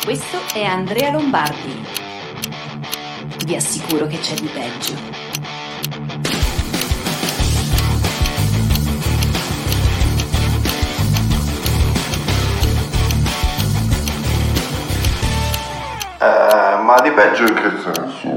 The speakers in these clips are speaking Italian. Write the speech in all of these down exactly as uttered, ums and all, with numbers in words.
Questo è Andrea Lombardi. Vi assicuro che c'è di peggio. Eh, ma di peggio in che senso?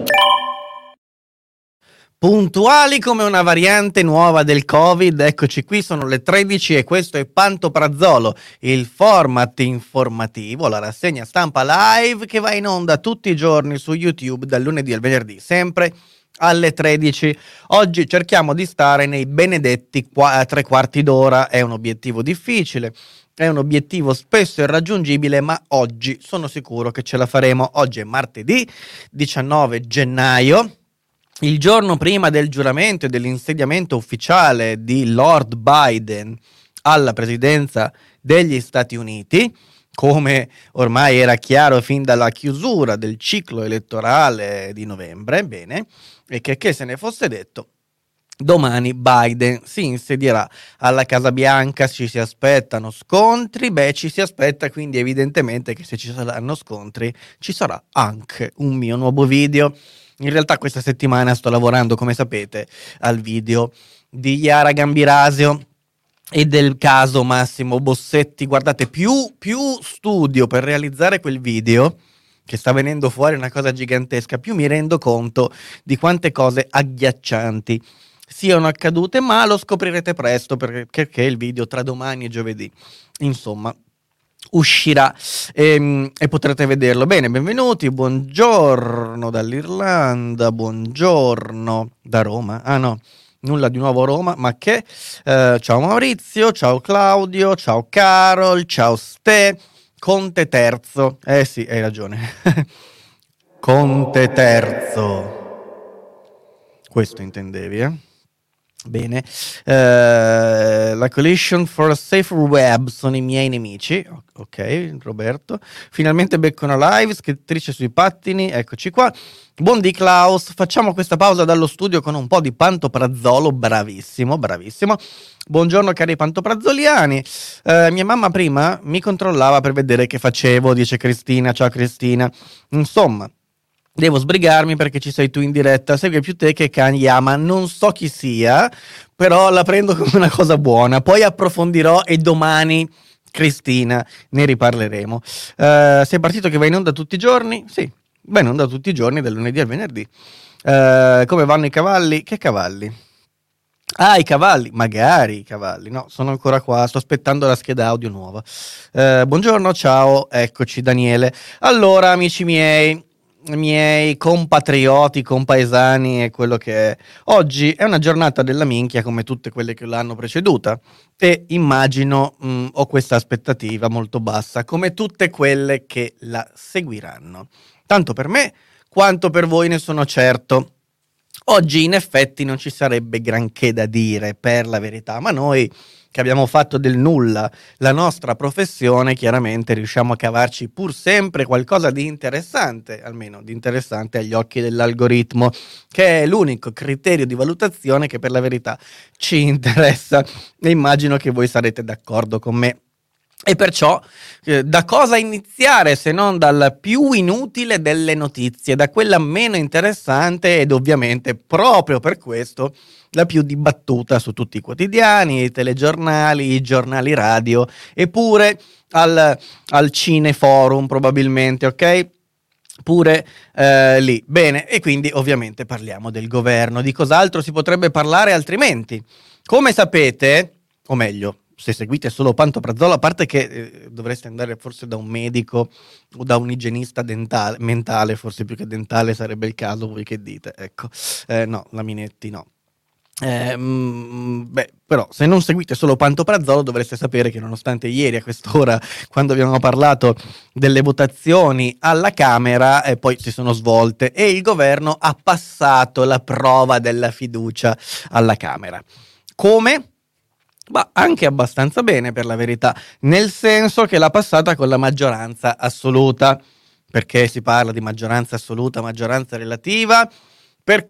Puntuali come una variante nuova del Covid, eccoci qui, sono le tredici e questo è Pantoprazzolo, il format informativo, la rassegna stampa live che va in onda tutti i giorni su YouTube dal lunedì al venerdì, sempre alle tredici. Oggi cerchiamo di stare nei benedetti qua, tre quarti d'ora, è un obiettivo difficile. È un obiettivo spesso irraggiungibile, ma oggi sono sicuro che ce la faremo. Oggi è martedì diciannove gennaio, il giorno prima del giuramento e dell'insediamento ufficiale di Lord Biden alla presidenza degli Stati Uniti, come ormai era chiaro fin dalla chiusura del ciclo elettorale di novembre. Bene, e che, che se ne fosse detto, domani Biden si insedierà alla Casa Bianca, ci si aspettano scontri, beh ci si aspetta quindi evidentemente che se ci saranno scontri ci sarà anche un mio nuovo video. In realtà questa settimana sto lavorando, come sapete, al video di Yara Gambirasio e del caso Massimo Bossetti. Guardate, più, più studio per realizzare quel video, che sta venendo fuori una cosa gigantesca, più mi rendo conto di quante cose agghiaccianti siano accadute, ma lo scoprirete presto perché, perché il video tra domani e giovedì, insomma, uscirà e, e potrete vederlo. Bene, benvenuti, buongiorno dall'Irlanda, buongiorno da Roma. Ah no, nulla di nuovo a Roma, ma che? Eh, ciao Maurizio, ciao Claudio, ciao Carol, ciao Ste, Conte terzo. Eh sì, hai ragione. Conte terzo. Questo intendevi, eh? Bene, uh, la Coalition for a Safer Web sono i miei nemici. Ok, Roberto. Finalmente becco una live, scrittrice sui pattini, eccoci qua. Buondì Klaus, facciamo questa pausa dallo studio con un po' di pantoprazzolo, bravissimo, bravissimo. Buongiorno cari pantoprazzoliani. Uh, mia mamma prima mi controllava per vedere che facevo, dice Cristina, ciao Cristina. Insomma, devo sbrigarmi perché ci sei tu in diretta, segue più te che Kanyama, non so chi sia, però la prendo come una cosa buona, poi approfondirò e domani, Cristina, ne riparleremo. Uh, sei partito che vai in onda tutti i giorni? Sì, vai in onda tutti i giorni, dal lunedì al venerdì. Uh, come vanno i cavalli? Che cavalli? Ah, i cavalli, magari i cavalli, no, sono ancora qua, sto aspettando la scheda audio nuova. Uh, buongiorno, ciao, eccoci Daniele. Allora, amici miei, miei compatrioti, compaesani e quello che è, oggi è una giornata della minchia come tutte quelle che l'hanno preceduta e immagino mh, ho questa aspettativa molto bassa come tutte quelle che la seguiranno, tanto per me quanto per voi, ne sono certo. Oggi in effetti non ci sarebbe granché da dire, per la verità, ma noi che abbiamo fatto del nulla la nostra professione, chiaramente riusciamo a cavarci pur sempre qualcosa di interessante, almeno di interessante agli occhi dell'algoritmo, che è l'unico criterio di valutazione che per la verità ci interessa, e immagino che voi sarete d'accordo con me. E perciò eh, da cosa iniziare se non dal più inutile delle notizie, da quella meno interessante ed ovviamente proprio per questo la più dibattuta su tutti i quotidiani, i telegiornali, i giornali radio e pure al, al cineforum probabilmente, ok? Pure eh, lì. Bene, e quindi ovviamente parliamo del governo. Di cos'altro si potrebbe parlare altrimenti? Come sapete, o meglio, se seguite solo Pantoprazzolo, a parte che eh, dovreste andare forse da un medico o da un igienista dentale, mentale, forse più che dentale sarebbe il caso, voi che dite? Ecco, eh, no, la Minetti no. Eh, mh, beh, però se non seguite solo Pantoprazzolo dovreste sapere che nonostante ieri a quest'ora, quando abbiamo parlato delle votazioni alla Camera, eh, poi si sono svolte e il governo ha passato la prova della fiducia alla Camera. Come? Ma anche abbastanza bene, per la verità, nel senso che l'ha passata con la maggioranza assoluta. Perché si parla di maggioranza assoluta, maggioranza relativa? Perché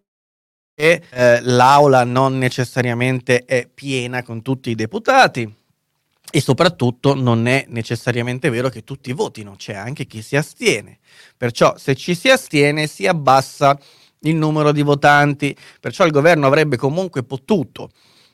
eh, l'aula non necessariamente è piena con tutti i deputati. e soprattutto non è necessariamente vero che tutti votino, c'è anche chi si astiene. Perciò se ci si astiene si abbassa il numero di votanti, perciò il governo avrebbe comunque potuto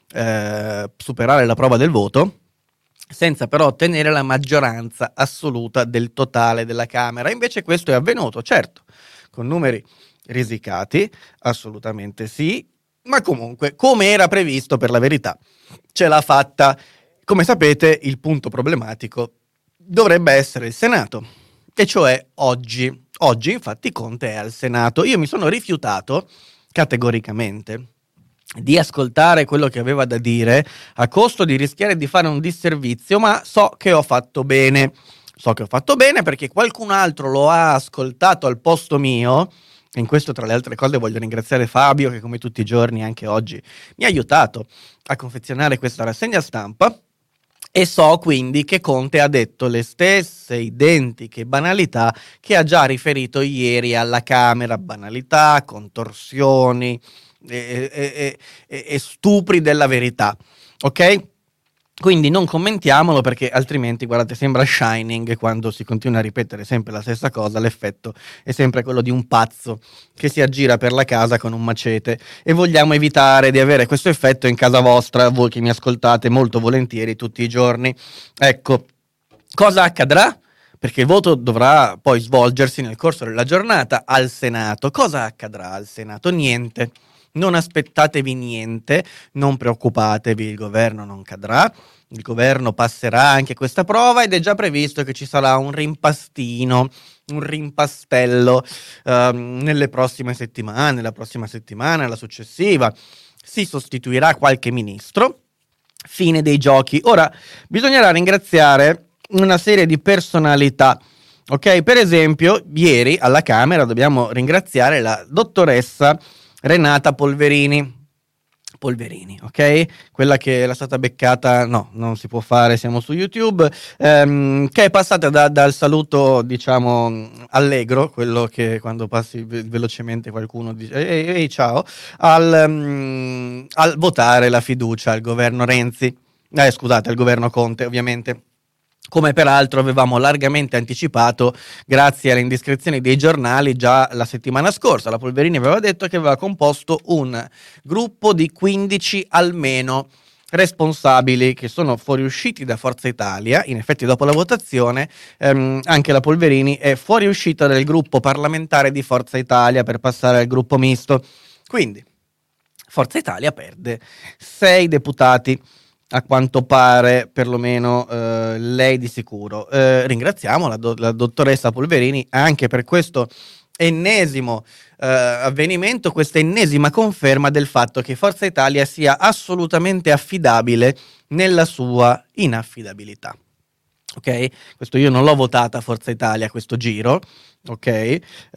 eh, superare la prova del voto, senza però ottenere la maggioranza assoluta del totale della Camera. Invece questo è avvenuto, certo, con numeri risicati, assolutamente sì, ma comunque, come era previsto, per la verità, ce l'ha fatta. Come sapete, il punto problematico dovrebbe essere il Senato, e cioè oggi. Oggi, infatti, Conte è al Senato. Io mi sono rifiutato categoricamente di ascoltare quello che aveva da dire, a costo di rischiare di fare un disservizio, ma so che ho fatto bene. So che ho fatto bene perché qualcun altro lo ha ascoltato al posto mio. E in questo, tra le altre cose, voglio ringraziare Fabio, che come tutti i giorni, anche oggi, mi ha aiutato a confezionare questa rassegna stampa. E so quindi che Conte ha detto le stesse identiche banalità che ha già riferito ieri alla Camera, banalità, contorsioni e, e, e, e stupri della verità, ok? Quindi non commentiamolo, perché altrimenti, guardate, sembra Shining quando si continua a ripetere sempre la stessa cosa, l'effetto è sempre quello di un pazzo che si aggira per la casa con un macete, e vogliamo evitare di avere questo effetto in casa vostra, voi che mi ascoltate molto volentieri tutti i giorni. Ecco, cosa accadrà? Perché il voto dovrà poi svolgersi nel corso della giornata al Senato. Cosa accadrà al Senato? Niente. Non aspettatevi niente, non preoccupatevi, il governo non cadrà, il governo passerà anche questa prova, ed è già previsto che ci sarà un rimpastino, un rimpastello um, nelle prossime settimane, la prossima settimana, la successiva. Si sostituirà qualche ministro, fine dei giochi. Ora, bisognerà ringraziare una serie di personalità. Ok, per esempio, ieri alla Camera dobbiamo ringraziare la dottoressa Renata Polverini, Polverini, ok? Quella che era stata beccata, no, non si può fare, siamo su YouTube, ehm, che è passata da, dal saluto, diciamo, allegro, quello che quando passi ve- velocemente qualcuno dice ehi, ehi ciao, al, um, al votare la fiducia al governo Renzi, eh, scusate, al governo Conte, ovviamente. Come peraltro avevamo largamente anticipato grazie alle indiscrezioni dei giornali già la settimana scorsa. La Polverini aveva detto che aveva composto un gruppo di quindici almeno responsabili che sono fuoriusciti da Forza Italia. In effetti, dopo la votazione, ehm, anche la Polverini è fuoriuscita dal gruppo parlamentare di Forza Italia per passare al gruppo misto. Quindi Forza Italia perde sei deputati, a quanto pare, perlomeno eh, lei di sicuro. Eh, ringraziamo la, do- la dottoressa Polverini anche per questo ennesimo eh, avvenimento, questa ennesima conferma del fatto che Forza Italia sia assolutamente affidabile nella sua inaffidabilità. Ok? Questo io non l'ho votata Forza Italia questo giro, ok?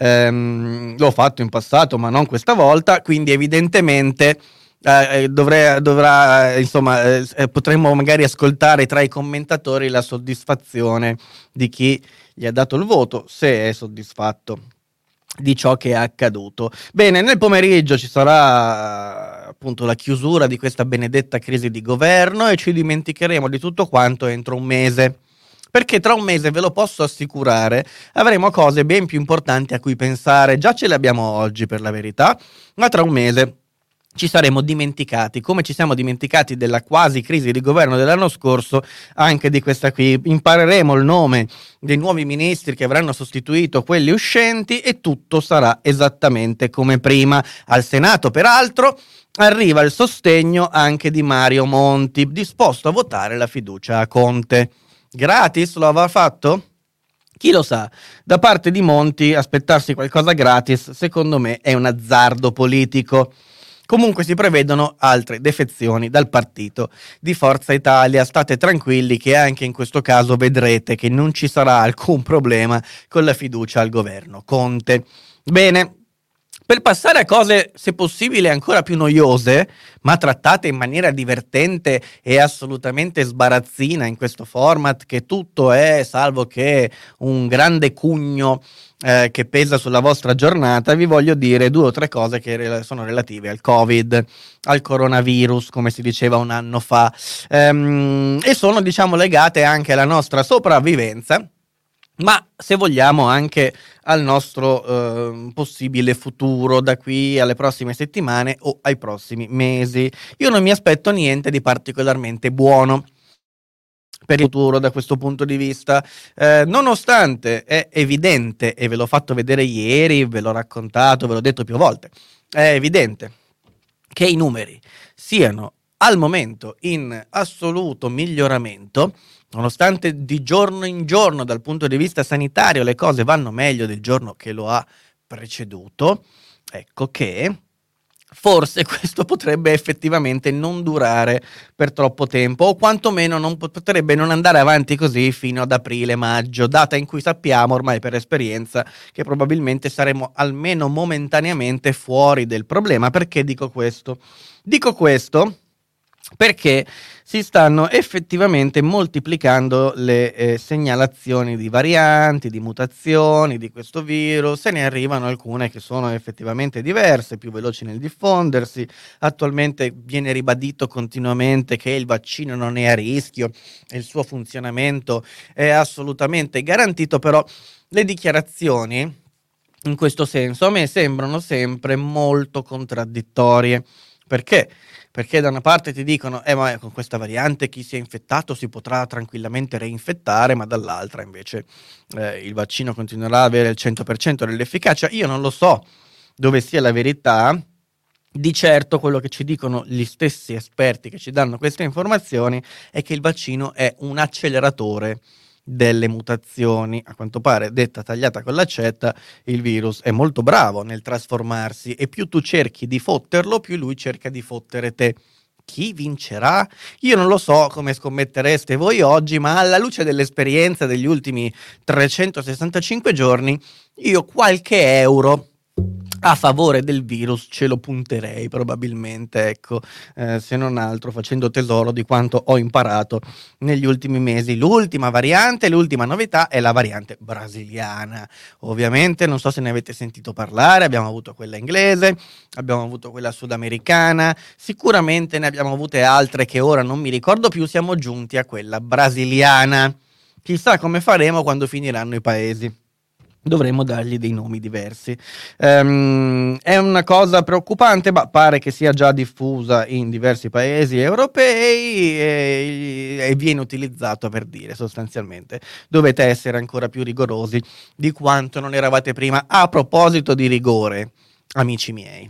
Ehm, l'ho fatto in passato, ma non questa volta, quindi evidentemente Eh, dovrei, dovrà, eh, insomma, eh, potremmo magari ascoltare tra i commentatori la soddisfazione di chi gli ha dato il voto, se è soddisfatto di ciò che è accaduto. Bene, nel pomeriggio ci sarà appunto la chiusura di questa benedetta crisi di governo e ci dimenticheremo di tutto quanto entro un mese. Perché tra un mese, ve lo posso assicurare, avremo cose ben più importanti a cui pensare. Già ce le abbiamo oggi, per la verità, ma tra un mese ci saremo dimenticati, come ci siamo dimenticati della quasi crisi di governo dell'anno scorso, anche di questa qui. Impareremo il nome dei nuovi ministri che avranno sostituito quelli uscenti e tutto sarà esattamente come prima. Al Senato, peraltro, arriva il sostegno anche di Mario Monti, disposto a votare la fiducia a Conte. Gratis lo aveva fatto? Chi lo sa, da parte di Monti aspettarsi qualcosa gratis, secondo me, è un azzardo politico. Comunque si prevedono altre defezioni dal partito di Forza Italia. State tranquilli che anche in questo caso vedrete che non ci sarà alcun problema con la fiducia al governo Conte. Bene, Per passare a cose, se possibile, ancora più noiose, ma trattate in maniera divertente e assolutamente sbarazzina in questo format, che tutto è, salvo che un grande cugno eh, che pesa sulla vostra giornata, vi voglio dire due o tre cose che re- sono relative al Covid, al coronavirus, come si diceva un anno fa, ehm, e sono, diciamo, legate anche alla nostra sopravvivenza, ma se vogliamo anche al nostro eh, possibile futuro da qui alle prossime settimane o ai prossimi mesi. Io non mi aspetto niente di particolarmente buono per il futuro da questo punto di vista, eh, nonostante è evidente, e ve l'ho fatto vedere ieri, ve l'ho raccontato, ve l'ho detto più volte, è evidente che i numeri siano al momento in assoluto miglioramento, nonostante di giorno in giorno dal punto di vista sanitario le cose vanno meglio del giorno che lo ha preceduto, ecco che forse questo potrebbe effettivamente non durare per troppo tempo, o quantomeno non potrebbe non andare avanti così fino ad aprile-maggio, data in cui sappiamo ormai per esperienza che probabilmente saremo almeno momentaneamente fuori del problema. Perché dico questo? Dico questo perché si stanno effettivamente moltiplicando le eh, segnalazioni di varianti, di mutazioni di questo virus, se ne arrivano alcune che sono effettivamente diverse, più veloci nel diffondersi. Attualmente viene ribadito continuamente che il vaccino non è a rischio e il suo funzionamento è assolutamente garantito, però le dichiarazioni in questo senso a me sembrano sempre molto contraddittorie. Perché? Perché da una parte ti dicono eh ma con questa variante chi si è infettato si potrà tranquillamente reinfettare, ma dall'altra invece eh, il vaccino continuerà ad avere il cento per cento dell'efficacia. Io non lo so dove sia la verità. Di certo quello che ci dicono gli stessi esperti che ci danno queste informazioni è che il vaccino è un acceleratore delle mutazioni. A quanto pare, detta tagliata con l'accetta, il virus è molto bravo nel trasformarsi e più tu cerchi di fotterlo, più lui cerca di fottere te. Chi vincerà? Io non lo so come scommettereste voi oggi, ma alla luce dell'esperienza degli ultimi trecentosessantacinque giorni, io qualche euro a favore del virus ce lo punterei probabilmente, ecco, eh, se non altro facendo tesoro di quanto ho imparato negli ultimi mesi. L'ultima variante, l'ultima novità è la variante brasiliana. Ovviamente non so se ne avete sentito parlare, abbiamo avuto quella inglese, abbiamo avuto quella sudamericana, sicuramente ne abbiamo avute altre che ora non mi ricordo più, siamo giunti a quella brasiliana. Chissà come faremo quando finiranno i paesi. Dovremmo dargli dei nomi diversi. Um, è una cosa preoccupante, ma pare che sia già diffusa in diversi paesi europei e, e viene utilizzato per dire sostanzialmente dovete essere ancora più rigorosi di quanto non eravate prima. A proposito di rigore, amici miei,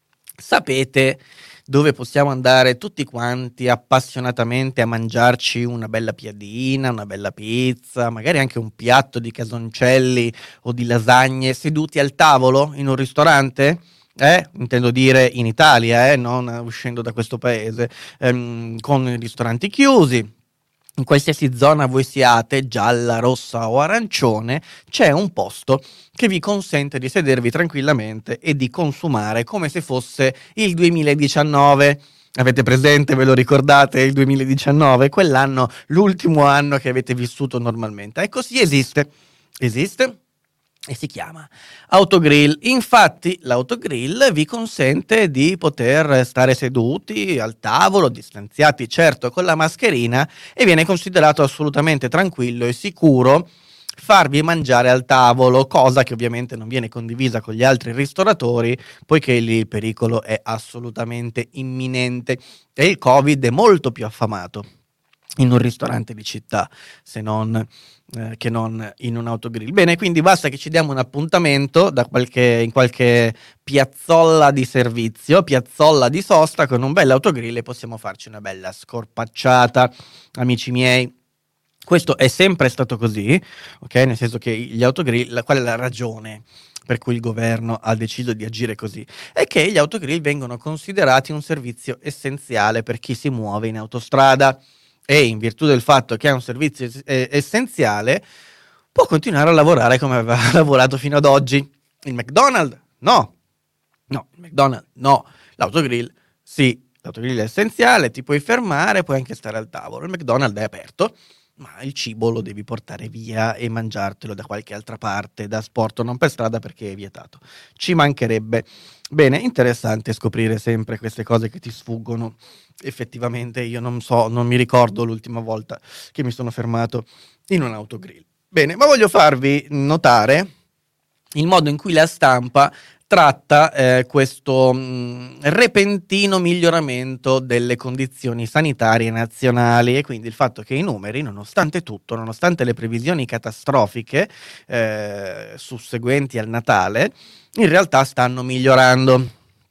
sapete dove possiamo andare tutti quanti appassionatamente a mangiarci una bella piadina, una bella pizza, magari anche un piatto di casoncelli o di lasagne seduti al tavolo in un ristorante? Eh, intendo dire in Italia, eh, non uscendo da questo paese, ehm, con i ristoranti chiusi. In qualsiasi zona voi siate, gialla, rossa o arancione, c'è un posto che vi consente di sedervi tranquillamente e di consumare come se fosse il duemiladiciannove. Avete presente, ve lo ricordate, il duemiladiciannove? Quell'anno, l'ultimo anno che avete vissuto normalmente. Ecco, sì, esiste. Esiste. E si chiama Autogrill. Infatti l'Autogrill vi consente di poter stare seduti al tavolo, distanziati certo con la mascherina, e viene considerato assolutamente tranquillo e sicuro farvi mangiare al tavolo, cosa che ovviamente non viene condivisa con gli altri ristoratori, poiché lì il pericolo è assolutamente imminente e il Covid è molto più affamato in un ristorante di città se non eh, che non in un autogrill. Bene, quindi basta che ci diamo un appuntamento da qualche, in qualche piazzolla di servizio, piazzolla di sosta con un bel autogrill e possiamo farci una bella scorpacciata, amici miei. Questo è sempre stato così, ok? Nel senso che gli autogrill, qual è la ragione per cui il governo ha deciso di agire così? È che gli autogrill vengono considerati un servizio essenziale per chi si muove in autostrada, e in virtù del fatto che è un servizio es- essenziale può continuare a lavorare come aveva lavorato fino ad oggi. Il McDonald's no, No, il McDonald's no, l'autogrill sì, l'autogrill è essenziale, ti puoi fermare, puoi anche stare al tavolo, il McDonald's è aperto, ma il cibo lo devi portare via e mangiartelo da qualche altra parte, da sport o non per strada, perché è vietato. Ci mancherebbe. Bene, interessante scoprire sempre queste cose che ti sfuggono. Effettivamente io non so, non mi ricordo l'ultima volta che mi sono fermato in un autogrill. Bene, ma voglio farvi notare il modo in cui la stampa tratta eh, questo mh, repentino miglioramento delle condizioni sanitarie nazionali, e quindi il fatto che i numeri, nonostante tutto, nonostante le previsioni catastrofiche eh, susseguenti al Natale, in realtà stanno migliorando.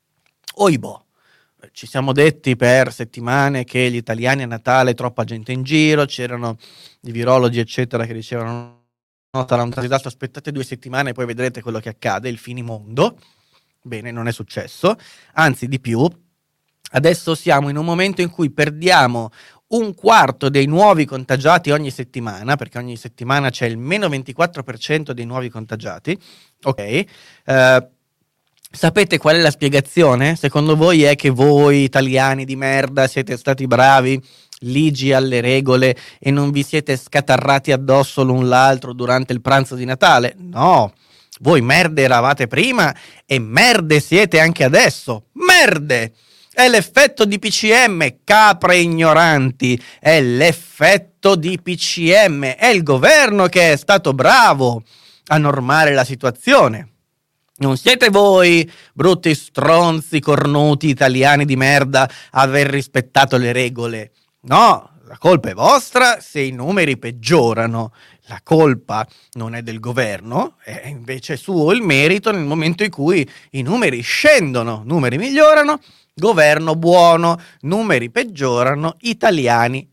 Oibò, ci siamo detti per settimane che gli italiani a Natale troppa gente in giro, c'erano i virologi eccetera che dicevano no, sarà un disastro, aspettate due settimane e poi vedrete quello che accade, il finimondo. Bene, non è successo, anzi di più, adesso siamo in un momento in cui perdiamo un quarto dei nuovi contagiati ogni settimana, perché ogni settimana c'è il meno ventiquattro per cento dei nuovi contagiati, ok? Eh, sapete qual è la spiegazione? Secondo voi è che voi italiani di merda siete stati bravi, ligi alle regole e non vi siete scatarrati addosso l'un l'altro durante il pranzo di Natale? No, voi merde eravate prima e merde siete anche adesso. Merde! È l'effetto di P C M, capre ignoranti, è l'effetto di P C M, è il governo che è stato bravo a normare la situazione. Non siete voi, brutti stronzi cornuti italiani di merda, a aver rispettato le regole. No, la colpa è vostra se i numeri peggiorano. La colpa non è del governo, è invece suo il merito nel momento in cui i numeri scendono, numeri migliorano, governo buono, numeri peggiorano, italiani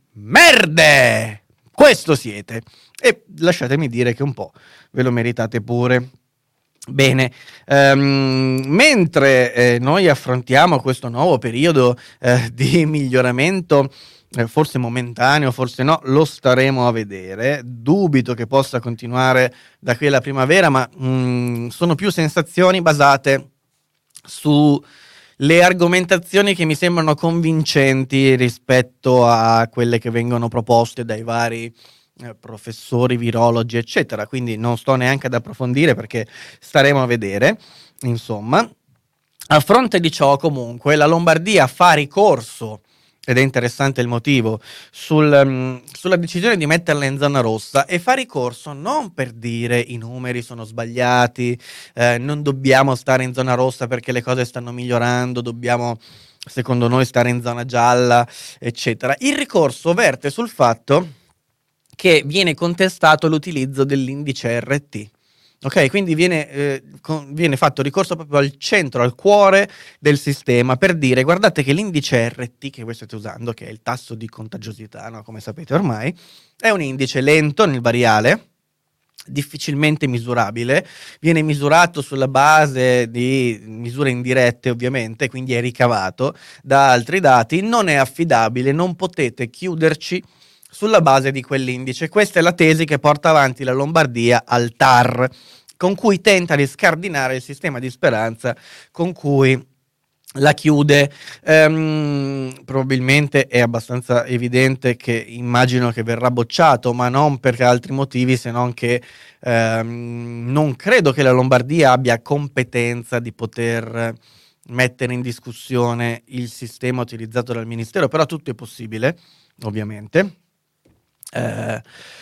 merde! Questo siete. E lasciatemi dire che un po' ve lo meritate pure. Bene, um, mentre eh, noi affrontiamo questo nuovo periodo eh, di miglioramento, eh, forse momentaneo, forse no, lo staremo a vedere. Dubito che possa continuare da qui alla primavera, ma mm, sono più sensazioni basate sulle argomentazioni che mi sembrano convincenti rispetto a quelle che vengono proposte dai vari Eh, professori, virologi, eccetera. Quindi non sto neanche ad approfondire perché staremo a vedere. Insomma, a fronte di ciò, comunque, la Lombardia fa ricorso, ed è interessante il motivo, sul, um, sulla decisione di metterla in zona rossa, e fa ricorso non per dire i numeri sono sbagliati, eh, non dobbiamo stare in zona rossa perché le cose stanno migliorando, dobbiamo, secondo noi, stare in zona gialla, eccetera. Il ricorso verte sul fatto che viene contestato l'utilizzo dell'indice R T. Ok, quindi viene, eh, con, viene fatto ricorso proprio al centro, al cuore del sistema, per dire guardate che l'indice R T che voi state usando, che è il tasso di contagiosità, no? Come sapete ormai, è un indice lento nel variale, difficilmente misurabile, viene misurato sulla base di misure indirette ovviamente, quindi è ricavato da altri dati, non è affidabile, non potete chiuderci sulla base di quell'indice. Questa è la tesi che porta avanti la Lombardia al T A R, con cui tenta di scardinare il sistema di speranza con cui la chiude. Ehm, probabilmente è abbastanza evidente che immagino che verrà bocciato, ma non per altri motivi se non che ehm, non credo che la Lombardia abbia competenza di poter mettere in discussione il sistema utilizzato dal Ministero, però tutto è possibile, ovviamente. Eh,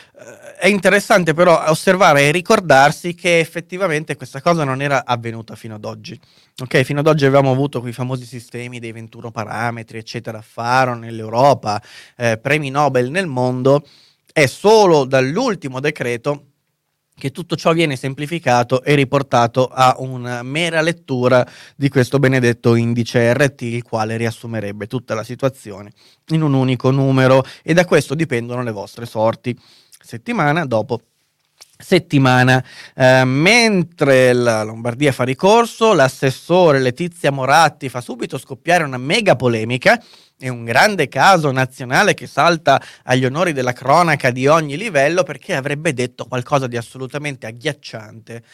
è interessante però osservare e ricordarsi che effettivamente questa cosa non era avvenuta fino ad oggi. Ok, fino ad oggi avevamo avuto quei famosi sistemi dei ventuno parametri, eccetera, Faro nell'Europa, eh, premi Nobel nel mondo. È solo dall'ultimo decreto che tutto ciò viene semplificato e riportato a una mera lettura di questo benedetto indice R T, il quale riassumerebbe tutta la situazione in un unico numero, e da questo dipendono le vostre sorti, settimana dopo settimana. Eh, mentre la Lombardia fa ricorso, l'assessore Letizia Moratti fa subito scoppiare una mega polemica. È un grande caso nazionale che salta agli onori della cronaca di ogni livello, perché avrebbe detto qualcosa di assolutamente agghiacciante,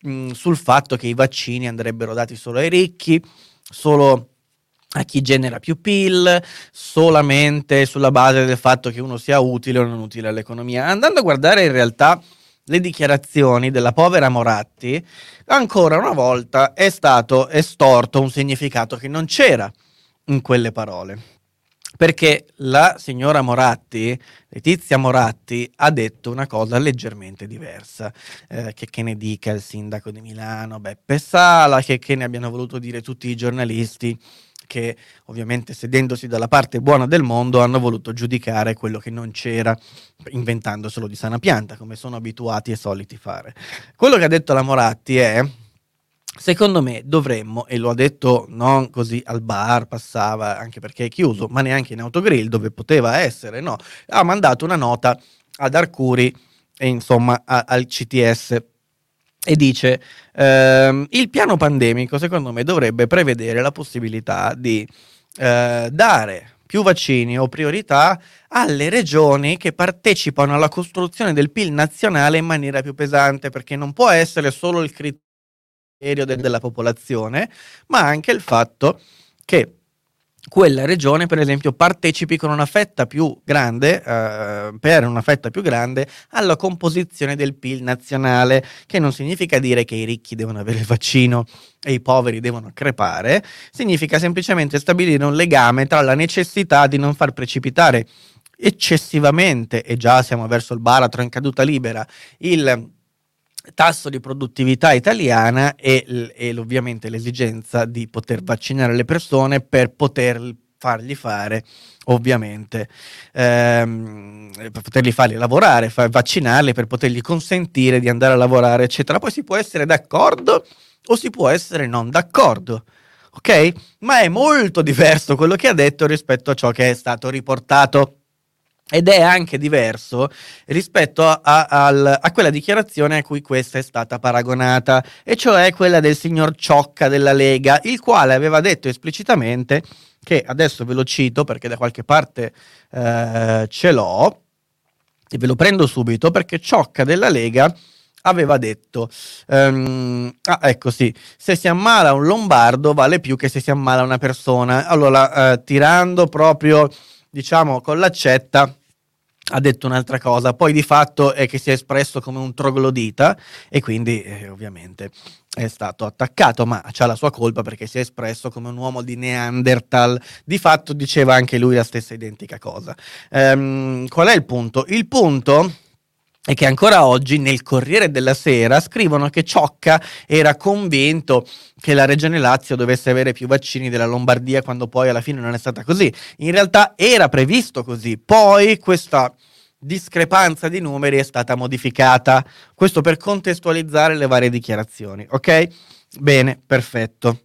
mh, sul fatto che i vaccini andrebbero dati solo ai ricchi, solo a chi genera più P I L, solamente sulla base del fatto che uno sia utile o non utile all'economia. Andando a guardare in realtà le dichiarazioni della povera Moratti, ancora una volta è stato estorto un significato che non c'era in quelle parole. Perché la signora Moratti, Letizia Moratti, ha detto una cosa leggermente diversa. Eh, che, che ne dica il sindaco di Milano, Beppe Sala, che, che ne abbiano voluto dire tutti i giornalisti, che ovviamente sedendosi dalla parte buona del mondo hanno voluto giudicare quello che non c'era, inventandoselo di sana pianta, come sono abituati e soliti fare. Quello che ha detto la Moratti è: secondo me dovremmo, e lo ha detto non così al bar, passava, anche perché è chiuso, ma neanche in autogrill dove poteva essere, no, ha mandato una nota ad Arcuri e insomma a, al C T S e dice ehm, il piano pandemico secondo me dovrebbe prevedere la possibilità di eh, dare più vaccini o priorità alle regioni che partecipano alla costruzione del P I L nazionale in maniera più pesante, perché non può essere solo il criterio de- della popolazione, ma anche il fatto che quella regione, per esempio, partecipi con una fetta più grande, eh, per una fetta più grande, alla composizione del P I L nazionale, che non significa dire che i ricchi devono avere il vaccino e i poveri devono crepare, significa semplicemente stabilire un legame tra la necessità di non far precipitare eccessivamente, e già siamo verso il baratro in caduta libera, il tasso di produttività italiana e, e ovviamente l'esigenza di poter vaccinare le persone per poter fargli fare ovviamente ehm, per poterli farli lavorare, far vaccinarli per potergli consentire di andare a lavorare eccetera. Poi si può essere d'accordo o si può essere non d'accordo, ok? Ma è molto diverso quello che ha detto rispetto a ciò che è stato riportato. Ed è anche diverso rispetto a, a, a, a quella dichiarazione a cui questa è stata paragonata, e cioè quella del signor Ciocca della Lega, il quale aveva detto esplicitamente, che adesso ve lo cito perché da qualche parte eh, ce l'ho, e ve lo prendo subito, perché Ciocca della Lega aveva detto, um, ah ecco sì, se si ammala un lombardo vale più che se si ammala una persona. Allora, eh, tirando proprio, diciamo, con l'accetta, ha detto un'altra cosa, poi di fatto è che si è espresso come un troglodita e quindi eh, ovviamente è stato attaccato, ma c'ha la sua colpa perché si è espresso come un uomo di Neanderthal. Di fatto diceva anche lui la stessa identica cosa. Ehm, qual è il punto? Il punto è che ancora oggi nel Corriere della Sera scrivono che Ciocca era convinto che la Regione Lazio dovesse avere più vaccini della Lombardia, quando poi alla fine non è stata così. In realtà era previsto così, poi questa discrepanza di numeri è stata modificata. Questo per contestualizzare le varie dichiarazioni, ok? Bene, perfetto.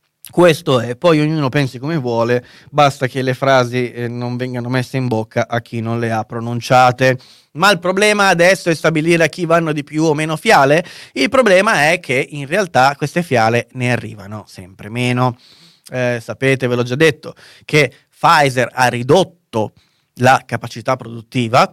Questo è, poi ognuno pensi come vuole, basta che le frasi eh, non vengano messe in bocca a chi non le ha pronunciate. Ma il problema adesso è stabilire a chi vanno di più o meno fiale? Il problema è che in realtà queste fiale ne arrivano sempre meno. Eh, sapete, ve l'ho già detto, che Pfizer ha ridotto la capacità produttiva,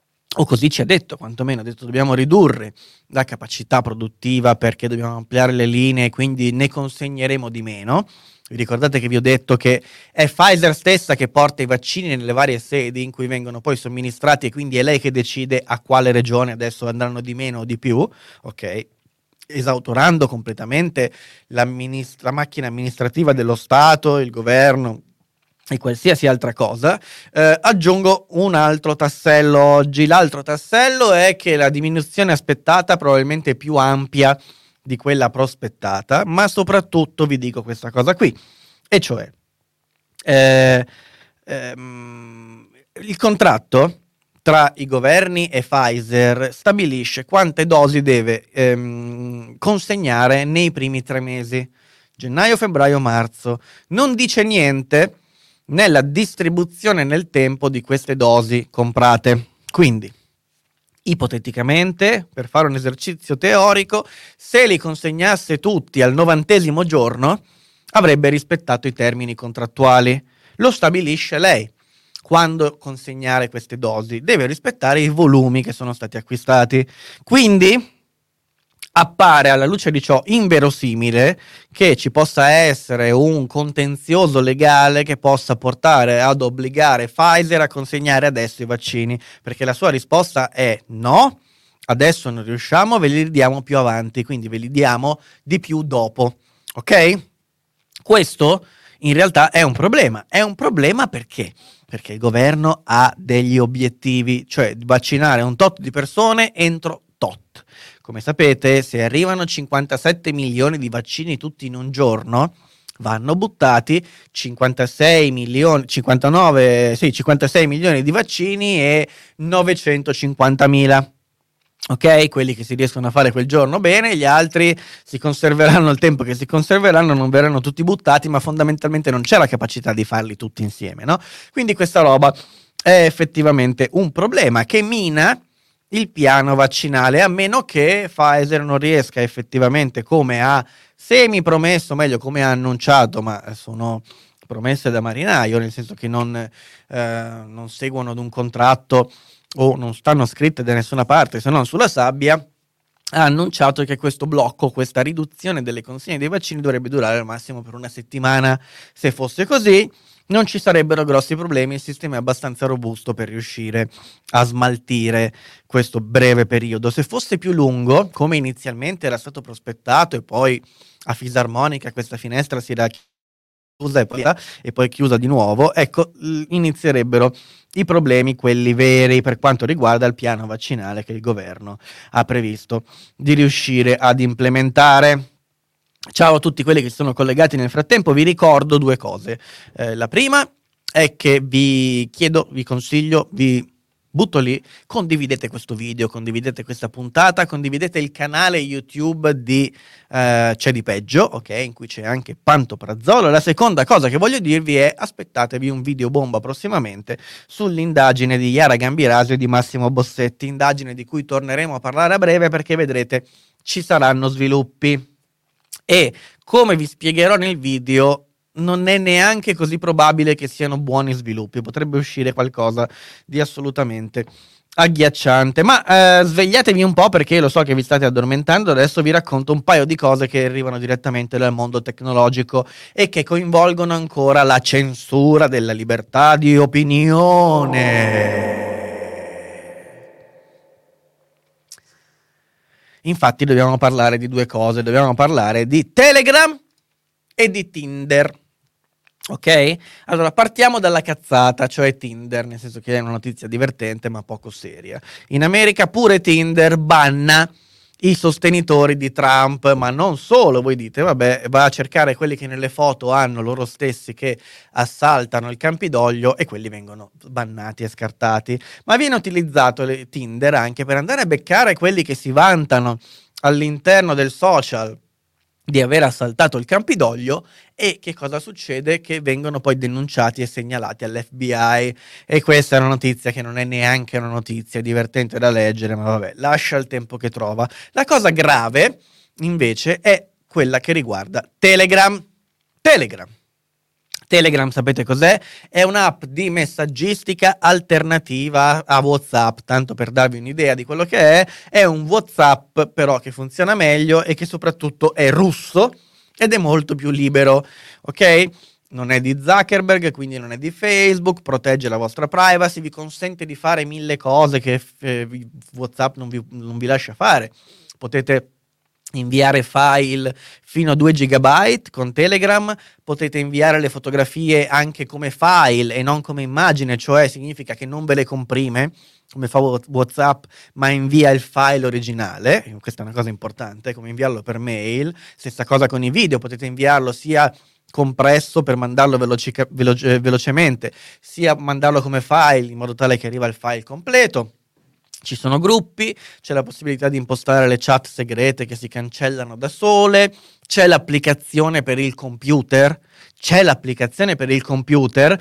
o così ci ha detto, quantomeno ha detto dobbiamo ridurre la capacità produttiva perché dobbiamo ampliare le linee, quindi ne consegneremo di meno. Vi ricordate che vi ho detto che è Pfizer stessa che porta i vaccini nelle varie sedi in cui vengono poi somministrati, e quindi è lei che decide a quale regione adesso andranno di meno o di più, ok? Esautorando completamente la macchina amministrativa dello Stato, il governo e qualsiasi altra cosa. Eh, aggiungo un altro tassello oggi. L'altro tassello è che la diminuzione aspettata probabilmente è più ampia di quella prospettata, ma soprattutto vi dico questa cosa qui, e cioè eh, ehm, il contratto tra i governi e Pfizer stabilisce quante dosi deve ehm, consegnare nei primi tre mesi, gennaio, febbraio, marzo. Non dice niente nella distribuzione nel tempo di queste dosi comprate. Quindi, ipoteticamente, per fare un esercizio teorico, se li consegnasse tutti al novantesimo giorno, avrebbe rispettato i termini contrattuali. Lo stabilisce lei. Quando consegnare queste dosi deve rispettare i volumi che sono stati acquistati. Quindi appare alla luce di ciò inverosimile che ci possa essere un contenzioso legale che possa portare ad obbligare Pfizer a consegnare adesso i vaccini, perché la sua risposta è no, adesso non riusciamo, ve li diamo più avanti, quindi ve li diamo di più dopo, ok? Questo in realtà è un problema, è un problema perché? Perché il governo ha degli obiettivi, cioè vaccinare un tot di persone entro tot. Come sapete, se arrivano cinquantasette milioni di vaccini tutti in un giorno, vanno buttati cinquantasei milioni, cinquantanove, sì, cinquantasei milioni di vaccini e novecentocinquantamila. Ok, quelli che si riescono a fare quel giorno bene, gli altri si conserveranno il tempo che si conserveranno, non verranno tutti buttati, ma fondamentalmente non c'è la capacità di farli tutti insieme, no? Quindi questa roba è effettivamente un problema che mina il piano vaccinale, a meno che Pfizer non riesca effettivamente, come ha semi promesso, meglio come ha annunciato, ma sono promesse da marinaio, nel senso che non, eh, non seguono ad un contratto o non stanno scritte da nessuna parte se non sulla sabbia, ha annunciato che questo blocco, questa riduzione delle consegne dei vaccini dovrebbe durare al massimo per una settimana. Se fosse così non ci sarebbero grossi problemi, il sistema è abbastanza robusto per riuscire a smaltire questo breve periodo. Se fosse più lungo, come inizialmente era stato prospettato, e poi a fisarmonica questa finestra si era chiusa e poi, e poi chiusa di nuovo, ecco, inizierebbero i problemi, quelli veri, per quanto riguarda il piano vaccinale che il governo ha previsto di riuscire ad implementare. Ciao a tutti quelli che sono collegati nel frattempo, vi ricordo due cose. Eh, la prima è che vi chiedo, vi consiglio, vi butto lì, condividete questo video, condividete questa puntata, condividete il canale YouTube di eh, C'è di peggio, ok, in cui c'è anche Pantoprazolo. La seconda cosa che voglio dirvi è aspettatevi un video bomba prossimamente sull'indagine di Yara Gambirasio e di Massimo Bossetti, indagine di cui torneremo a parlare a breve perché vedrete ci saranno sviluppi. E come vi spiegherò nel video, non è neanche così probabile che siano buoni sviluppi, potrebbe uscire qualcosa di assolutamente agghiacciante. Ma eh, svegliatevi un po', perché lo so che vi state addormentando. Adesso vi racconto un paio di cose che arrivano direttamente dal mondo tecnologico e che coinvolgono ancora la censura della libertà di opinione. Infatti dobbiamo parlare di due cose, dobbiamo parlare di Telegram e di Tinder, ok? Allora partiamo dalla cazzata, cioè Tinder, nel senso che è una notizia divertente ma poco seria. In America pure Tinder banna i sostenitori di Trump, ma non solo. Voi dite, vabbè, va a cercare quelli che nelle foto hanno loro stessi che assaltano il Campidoglio e quelli vengono bannati e scartati. Ma viene utilizzato le Tinder anche per andare a beccare quelli che si vantano all'interno del social di aver assaltato il Campidoglio. E che cosa succede? Che vengono poi denunciati e segnalati all'F B I. E questa è una notizia che non è neanche una notizia divertente da leggere, ma vabbè, lascia il tempo che trova. La cosa grave invece è quella che riguarda Telegram. Telegram Telegram, sapete cos'è? È un'app di messaggistica alternativa a WhatsApp, tanto per darvi un'idea di quello che è. È un WhatsApp però che funziona meglio e che soprattutto è russo ed è molto più libero, ok? Non è di Zuckerberg, quindi non è di Facebook, protegge la vostra privacy, vi consente di fare mille cose che eh, WhatsApp non vi, non vi lascia fare. Potete inviare file fino a due gigabyte con Telegram, potete inviare le fotografie anche come file e non come immagine, cioè significa che non ve le comprime come fa WhatsApp, ma invia il file originale. Questa è una cosa importante, come inviarlo per mail. Stessa cosa con i video, potete inviarlo sia compresso per mandarlo veloci- veloce- velocemente, sia mandarlo come file in modo tale che arriva il file completo. Ci sono gruppi, c'è la possibilità di impostare le chat segrete che si cancellano da sole, c'è l'applicazione per il computer, c'è l'applicazione per il computer,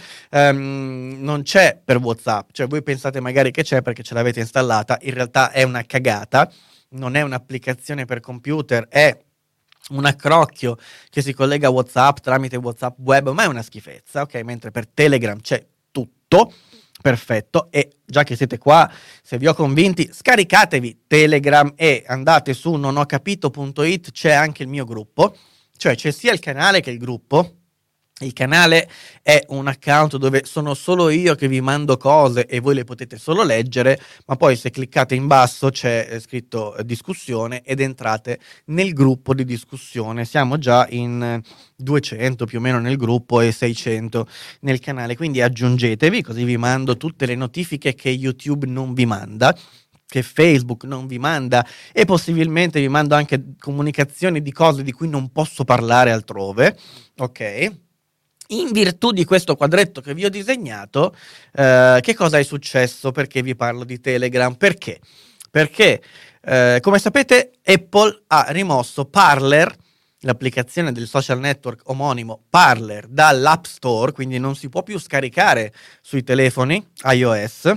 um, non c'è per WhatsApp, cioè voi pensate magari che c'è perché ce l'avete installata, in realtà è una cagata, non è un'applicazione per computer, è un accrocchio che si collega a WhatsApp tramite WhatsApp web, ma è una schifezza, ok? Mentre per Telegram c'è tutto. Perfetto, e già che siete qua, se vi ho convinti, scaricatevi Telegram e andate su nonhocapito punto it, c'è anche il mio gruppo, cioè c'è sia il canale che il gruppo. Il canale è un account dove sono solo io che vi mando cose e voi le potete solo leggere, ma poi se cliccate in basso c'è scritto discussione ed entrate nel gruppo di discussione. Siamo già in duecento più o meno nel gruppo e seicento nel canale, quindi aggiungetevi, così vi mando tutte le notifiche che YouTube non vi manda, che Facebook non vi manda, e possibilmente vi mando anche comunicazioni di cose di cui non posso parlare altrove, ok? In virtù di questo quadretto che vi ho disegnato, eh, che cosa è successo? Perché vi parlo di Telegram? Perché? Perché, eh, come sapete, Apple ha rimosso Parler, l'applicazione del social network omonimo Parler, dall'App Store, quindi non si può più scaricare sui telefoni iOS.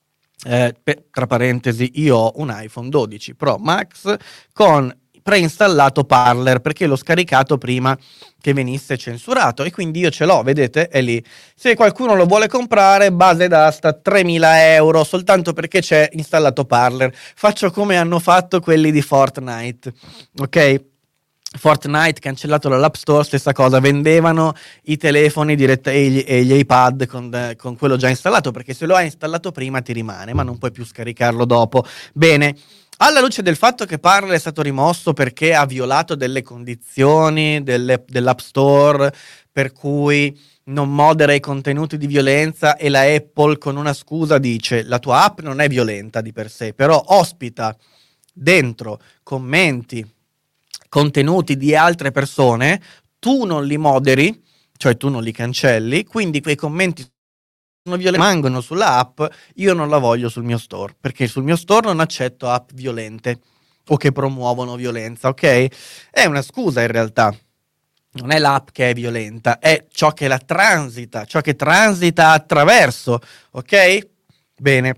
Eh, per, tra parentesi, io ho un iPhone dodici Pro Max con preinstallato Parler perché l'ho scaricato prima che venisse censurato e quindi io ce l'ho, vedete, è lì. Se qualcuno lo vuole comprare, base d'asta tremila euro soltanto perché c'è installato Parler. Faccio come hanno fatto quelli di Fortnite, ok? Fortnite cancellato dall'App Store, stessa cosa, vendevano i telefoni diretta e gli, e gli iPad con, con quello già installato, perché se lo hai installato prima ti rimane, ma non puoi più scaricarlo dopo. Bene, alla luce del fatto che Parler è stato rimosso perché ha violato delle condizioni delle, dell'App Store, per cui non modera i contenuti di violenza, e la Apple con una scusa dice la tua app non è violenta di per sé, però ospita dentro commenti, contenuti di altre persone, tu non li moderi, cioè tu non li cancelli, quindi quei commenti rimangono sulla app, io non la voglio sul mio store, perché sul mio store non accetto app violente o che promuovono violenza, ok? È una scusa in realtà, non è l'app che è violenta, è ciò che la transita, ciò che transita attraverso, ok? Bene,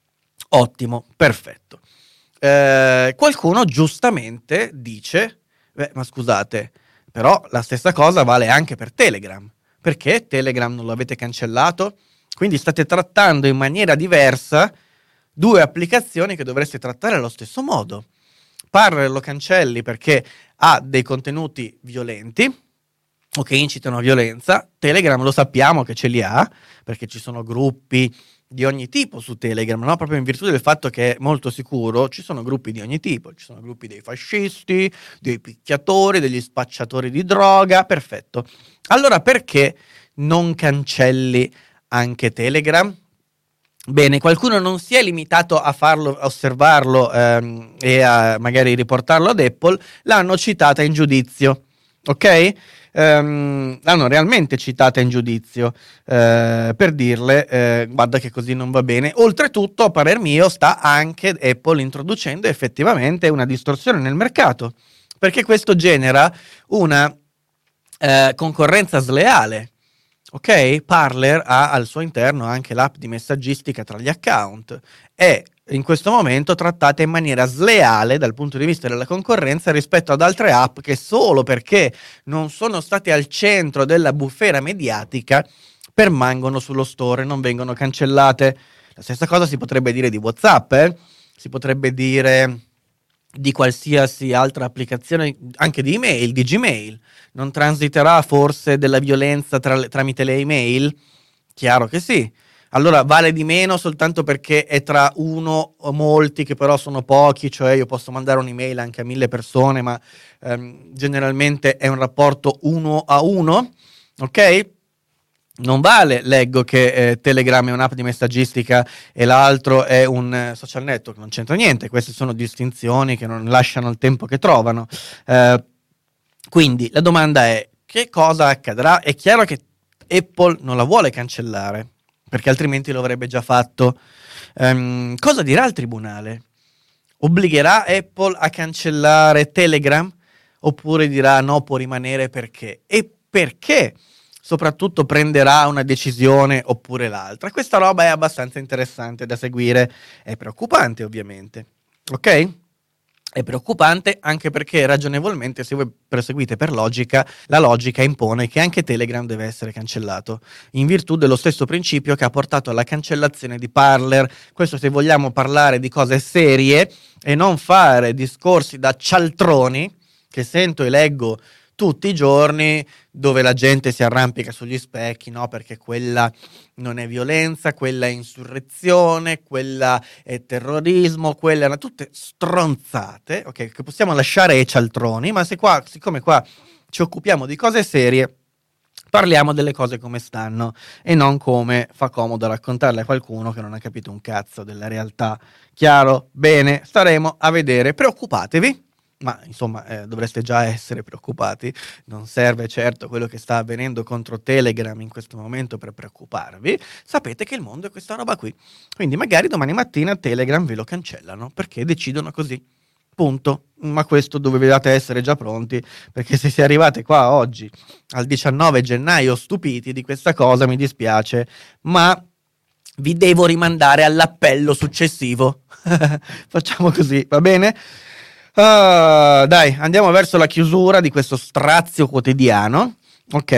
ottimo, perfetto. Eh, qualcuno giustamente dice, beh, ma scusate, però la stessa cosa vale anche per Telegram, perché Telegram non lo avete cancellato? Quindi state trattando in maniera diversa due applicazioni che dovreste trattare allo stesso modo. Parler lo cancelli perché ha dei contenuti violenti o che incitano a violenza. Telegram lo sappiamo che ce li ha, perché ci sono gruppi di ogni tipo su Telegram, no? Proprio in virtù del fatto che è molto sicuro, ci sono gruppi di ogni tipo, ci sono gruppi dei fascisti, dei picchiatori, degli spacciatori di droga, perfetto. Allora perché non cancelli anche Telegram? Bene, qualcuno non si è limitato a farlo, a osservarlo ehm, e a magari riportarlo ad Apple, l'hanno citata in giudizio, ok? Um, l'hanno realmente citata in giudizio uh, per dirle uh, guarda che così non va bene. Oltretutto, a parer mio, sta anche Apple introducendo effettivamente una distorsione nel mercato, perché questo genera una uh, concorrenza sleale. Ok, Parler ha al suo interno anche l'app di messaggistica tra gli account, è in questo momento trattata in maniera sleale dal punto di vista della concorrenza rispetto ad altre app che solo perché non sono state al centro della bufera mediatica permangono sullo store e non vengono cancellate. La stessa cosa si potrebbe dire di WhatsApp, eh? Si potrebbe dire di qualsiasi altra applicazione, anche di email, di Gmail. Non transiterà forse della violenza tra le, tramite le email? Chiaro che sì. Allora vale di meno soltanto perché è tra uno o molti, che però sono pochi, cioè io posso mandare un'email anche a mille persone, ma ehm, generalmente è un rapporto uno a uno, ok? Non vale, leggo che eh, Telegram è un'app di messaggistica e l'altro è un eh, social network, non c'entra niente, queste sono distinzioni che non lasciano il tempo che trovano. Eh, quindi la domanda è, che cosa accadrà? È chiaro che Apple non la vuole cancellare, perché altrimenti lo avrebbe già fatto. Um, cosa dirà il tribunale? Obbligherà Apple a cancellare Telegram? Oppure dirà no, può rimanere perché? E perché? Soprattutto prenderà una decisione oppure l'altra. Questa roba è abbastanza interessante da seguire, è preoccupante ovviamente, ok? È preoccupante anche perché ragionevolmente, se voi perseguite per logica, la logica impone che anche Telegram deve essere cancellato, in virtù dello stesso principio che ha portato alla cancellazione di Parler. Questo se vogliamo parlare di cose serie e non fare discorsi da cialtroni che sento e leggo tutti i giorni, dove la gente si arrampica sugli specchi, no? Perché quella non è violenza, quella è insurrezione, quella è terrorismo, quella erano tutte stronzate, ok? Che possiamo lasciare ai cialtroni, ma se qua, siccome qua ci occupiamo di cose serie, parliamo delle cose come stanno e non come fa comodo raccontarle a qualcuno che non ha capito un cazzo della realtà. Chiaro? Bene, staremo a vedere. Preoccupatevi. Ma insomma eh, dovreste già essere preoccupati, non serve certo quello che sta avvenendo contro Telegram in questo momento per preoccuparvi, sapete che il mondo è questa roba qui, quindi magari domani mattina Telegram ve lo cancellano perché decidono così, punto. Ma questo dovevate essere già pronti, perché se siete arrivate qua oggi al diciannove gennaio stupiti di questa cosa, mi dispiace, ma vi devo rimandare all'appello successivo. Facciamo così, va bene? Uh, dai, andiamo verso la chiusura di questo strazio quotidiano, ok?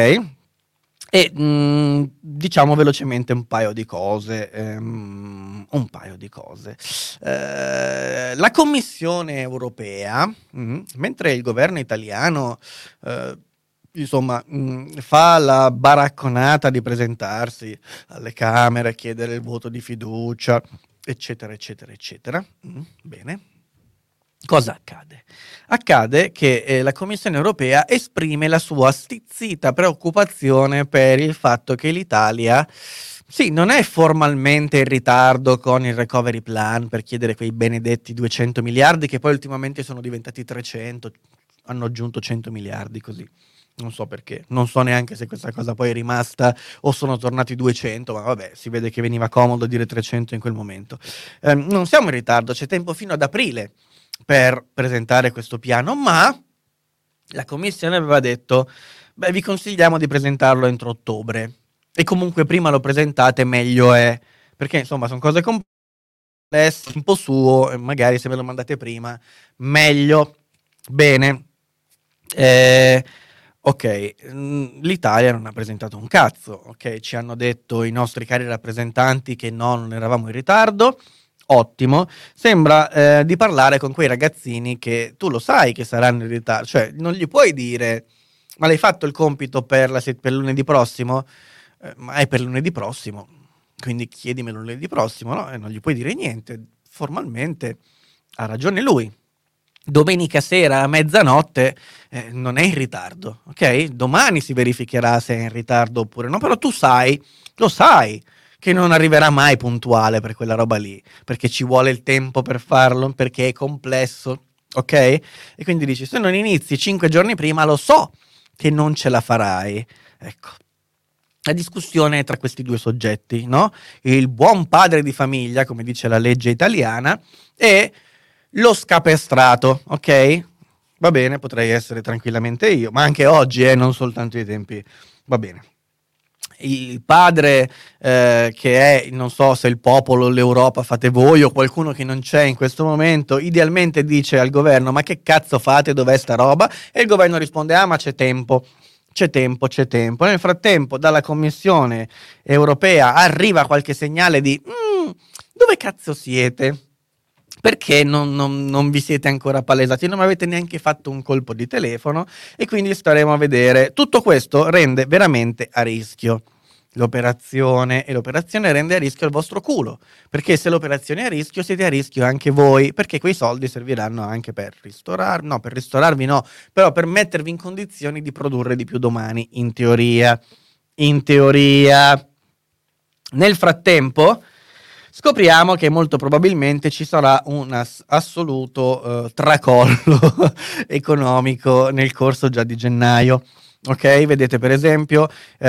E mh, diciamo velocemente un paio di cose. Um, un paio di cose. Uh, la Commissione europea, mh, mentre il governo italiano, uh, insomma, mh, fa la baracconata di presentarsi alle Camere, chiedere il voto di fiducia, eccetera, eccetera, eccetera. Mm, bene. Cosa accade? Accade che eh, la Commissione europea esprime la sua stizzita preoccupazione per il fatto che l'Italia, sì, non è formalmente in ritardo con il recovery plan per chiedere quei benedetti duecento miliardi che poi ultimamente sono diventati trecento, hanno aggiunto cento miliardi così. Non so perché, non so neanche se questa cosa poi è rimasta o sono tornati duecento, ma vabbè, si vede che veniva comodo dire trecento in quel momento. Eh, non siamo in ritardo, c'è tempo fino ad aprile per presentare questo piano, ma la Commissione aveva detto, beh, vi consigliamo di presentarlo entro ottobre e comunque prima lo presentate meglio è, perché insomma sono cose complesse, un po' suo, e magari se me lo mandate prima meglio. Bene, eh, ok, l'Italia non ha presentato un cazzo, ok, ci hanno detto i nostri cari rappresentanti che no, non eravamo in ritardo. Ottimo, sembra eh, di parlare con quei ragazzini che tu lo sai che saranno in ritardo, cioè non gli puoi dire ma l'hai fatto il compito per, la set- per lunedì prossimo? Eh, ma è per lunedì prossimo, quindi chiedimelo lunedì prossimo, no? E non gli puoi dire niente, formalmente ha ragione lui. Domenica sera a mezzanotte eh, non è in ritardo, ok? Domani si verificherà se è in ritardo oppure no, però tu sai, lo sai che non arriverà mai puntuale per quella roba lì, perché ci vuole il tempo per farlo, perché è complesso, ok? E quindi dici, se non inizi cinque giorni prima, lo so che non ce la farai. Ecco, la discussione è tra questi due soggetti, no? Il buon padre di famiglia, come dice la legge italiana, e lo scapestrato, ok? Va bene, potrei essere tranquillamente io, ma anche oggi, eh, non soltanto i tempi, va bene. Il padre eh, che è, non so se il popolo, l'Europa fate voi o qualcuno che non c'è in questo momento, idealmente dice al governo ma che cazzo fate, dov'è sta roba? E il governo risponde ah ma c'è tempo, c'è tempo, c'è tempo. Nel frattempo dalla Commissione europea arriva qualche segnale di mm, dove cazzo siete? Perché non, non, non vi siete ancora palesati, non avete neanche fatto un colpo di telefono e quindi staremo a vedere. Tutto questo rende veramente a rischio l'operazione e l'operazione rende a rischio il vostro culo, perché se l'operazione è a rischio siete a rischio anche voi, perché quei soldi serviranno anche per ristorarvi, no, per ristorarvi no, però per mettervi in condizioni di produrre di più domani, in teoria. In teoria. Nel frattempo scopriamo che molto probabilmente ci sarà un ass- assoluto uh, tracollo economico nel corso già di gennaio. Ok, vedete per esempio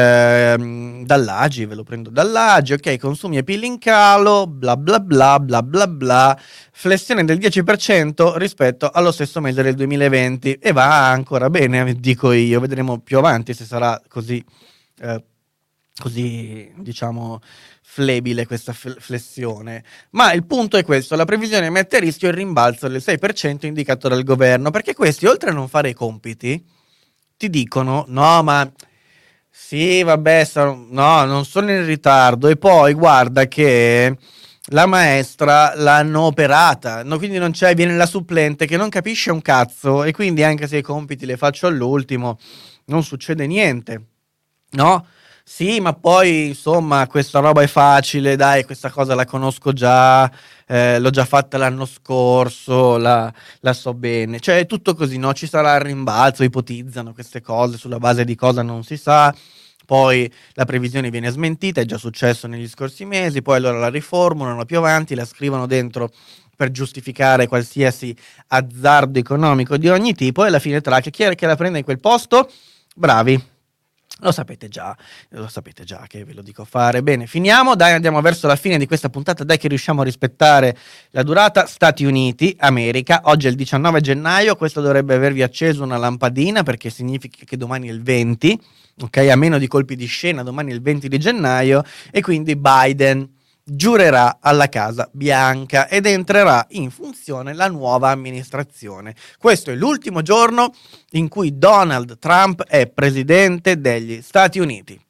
ehm, dall'A G I, ve lo prendo dall'A G I, ok, consumi e P I L in calo, bla bla bla bla bla bla, flessione del dieci per cento rispetto allo stesso mese del duemilaventi e va ancora bene, dico io, vedremo più avanti se sarà così eh, così, diciamo, flebile questa f- flessione. Ma il punto è questo: la previsione mette a rischio il rimbalzo del sei per cento indicato dal governo, perché questi, oltre a non fare i compiti, ti dicono no, ma sì, vabbè, sono- no, non sono in ritardo. E poi guarda che la maestra l'hanno operata, no, quindi non c'è, viene la supplente che non capisce un cazzo, e quindi anche se i compiti le faccio all'ultimo non succede niente, no? Sì, ma poi insomma questa roba è facile, dai, questa cosa la conosco già, eh, l'ho già fatta l'anno scorso, la, la so bene. Cioè è tutto così, no? Ci sarà il rimbalzo, ipotizzano queste cose sulla base di cosa non si sa. Poi la previsione viene smentita, è già successo negli scorsi mesi, poi allora la riformulano più avanti, la scrivono dentro per giustificare qualsiasi azzardo economico di ogni tipo, e alla fine tra che chi è che la prende in quel posto? Bravi. Lo sapete già, lo sapete già che ve lo dico fare. Bene, finiamo, dai, andiamo verso la fine di questa puntata, dai che riusciamo a rispettare la durata. Stati Uniti, America, oggi è il diciannove gennaio, questo dovrebbe avervi acceso una lampadina perché significa che domani è il venti, ok? A meno di colpi di scena, domani è il venti di gennaio e quindi Biden giurerà alla Casa Bianca ed entrerà in funzione la nuova amministrazione. Questo è l'ultimo giorno in cui Donald Trump è presidente degli Stati Uniti.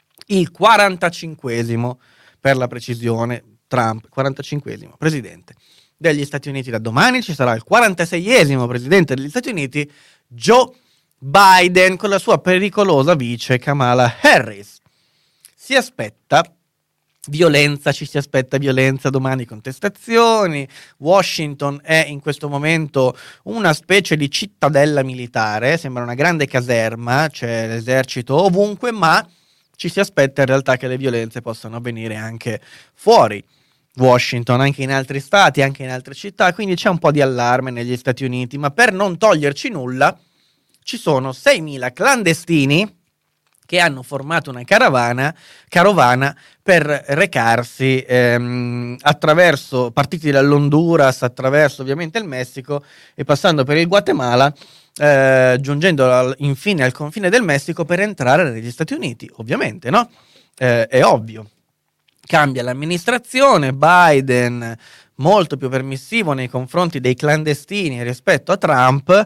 Il quarantacinquesimo, per la precisione, Trump, quarantacinquesimo presidente degli Stati Uniti. Da domani ci sarà il quarantaseiesimo presidente degli Stati Uniti, Joe Biden, con la sua pericolosa vice Kamala Harris. Si aspetta violenza, ci si aspetta violenza domani, contestazioni. Washington è in questo momento una specie di cittadella militare, sembra una grande caserma, c'è l'esercito ovunque, ma ci si aspetta in realtà che le violenze possano avvenire anche fuori Washington, anche in altri stati, anche in altre città, quindi c'è un po' di allarme negli Stati Uniti, ma per non toglierci nulla ci sono seimila clandestini che hanno formato una caravana, carovana per recarsi ehm, attraverso, partiti dall'Honduras, attraverso ovviamente il Messico e passando per il Guatemala, eh, giungendo al, infine al confine del Messico per entrare negli Stati Uniti, ovviamente, no? Eh, è ovvio. Cambia l'amministrazione, Biden molto più permissivo nei confronti dei clandestini rispetto a Trump,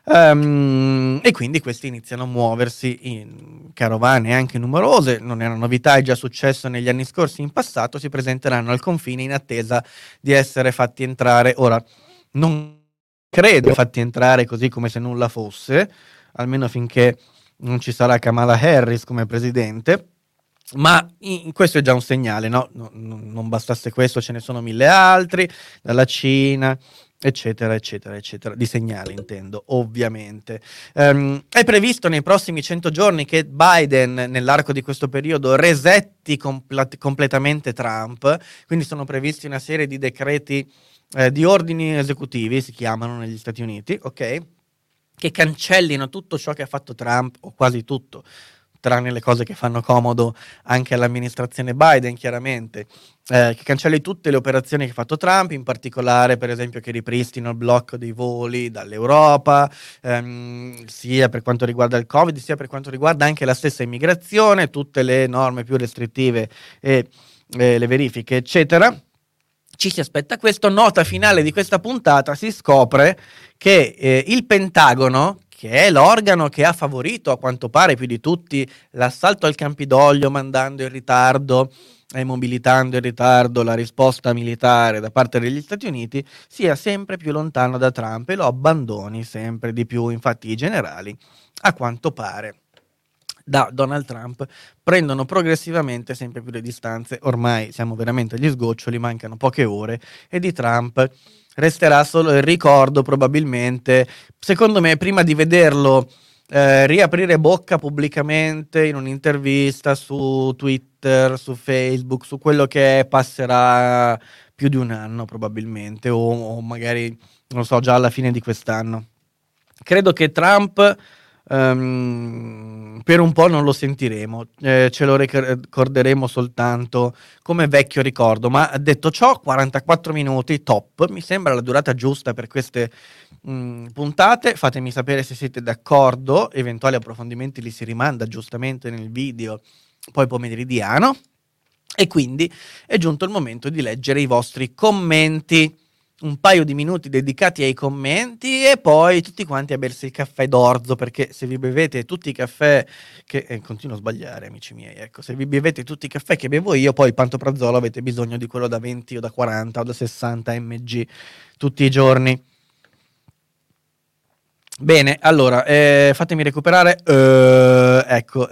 um, e quindi questi iniziano a muoversi in carovane anche numerose. Non è una novità, è già successo negli anni scorsi, in passato si presenteranno al confine in attesa di essere fatti entrare. Ora, non credo fatti entrare così come se nulla fosse, almeno finché non ci sarà Kamala Harris come presidente. Ma in, questo è già un segnale, no? No, no? Non bastasse questo, ce ne sono mille altri, dalla Cina, eccetera, eccetera, eccetera, di segnali intendo, ovviamente. Um, è previsto nei prossimi cento giorni che Biden, nell'arco di questo periodo, resetti compl- completamente Trump, quindi sono previsti una serie di decreti, eh, di ordini esecutivi, si chiamano negli Stati Uniti, ok? Che cancellino tutto ciò che ha fatto Trump, o quasi tutto, tranne le cose che fanno comodo anche all'amministrazione Biden, chiaramente, eh, che cancelli tutte le operazioni che ha fatto Trump, in particolare per esempio che ripristino il blocco dei voli dall'Europa, ehm, sia per quanto riguarda il Covid, sia per quanto riguarda anche la stessa immigrazione, tutte le norme più restrittive e eh, le verifiche, eccetera. Ci si aspetta questo. Nota finale di questa puntata: si scopre che eh, il Pentagono, che è l'organo che ha favorito a quanto pare più di tutti l'assalto al Campidoglio, mandando in ritardo e mobilitando in ritardo la risposta militare da parte degli Stati Uniti, sia sempre più lontano da Trump e lo abbandoni sempre di più. Infatti i generali, a quanto pare, da Donald Trump prendono progressivamente sempre più le distanze. Ormai siamo veramente agli sgoccioli, mancano poche ore e di Trump resterà solo il ricordo, probabilmente. Secondo me, prima di vederlo eh, riaprire bocca pubblicamente in un'intervista su Twitter, su Facebook, su quello che è, passerà più di un anno probabilmente, o, o magari, non lo so, già alla fine di quest'anno. Credo che Trump Um, per un po' non lo sentiremo, eh, ce lo ricorderemo soltanto come vecchio ricordo. Ma detto ciò, quarantaquattro minuti top, mi sembra la durata giusta per queste mh, puntate. Fatemi sapere se siete d'accordo, eventuali approfondimenti li si rimanda giustamente nel video poi pomeridiano, e quindi è giunto il momento di leggere i vostri commenti. Un paio di minuti dedicati ai commenti e poi tutti quanti a bersi il caffè d'orzo, perché se vi bevete tutti i caffè che eh, continuo a sbagliare, amici miei, ecco, se vi bevete tutti i caffè che bevo io, poi il pantoprazolo avete bisogno di quello da venti o da quaranta o da sessanta milligrammi tutti i giorni. Bene, allora, eh, fatemi recuperare, eh, ecco,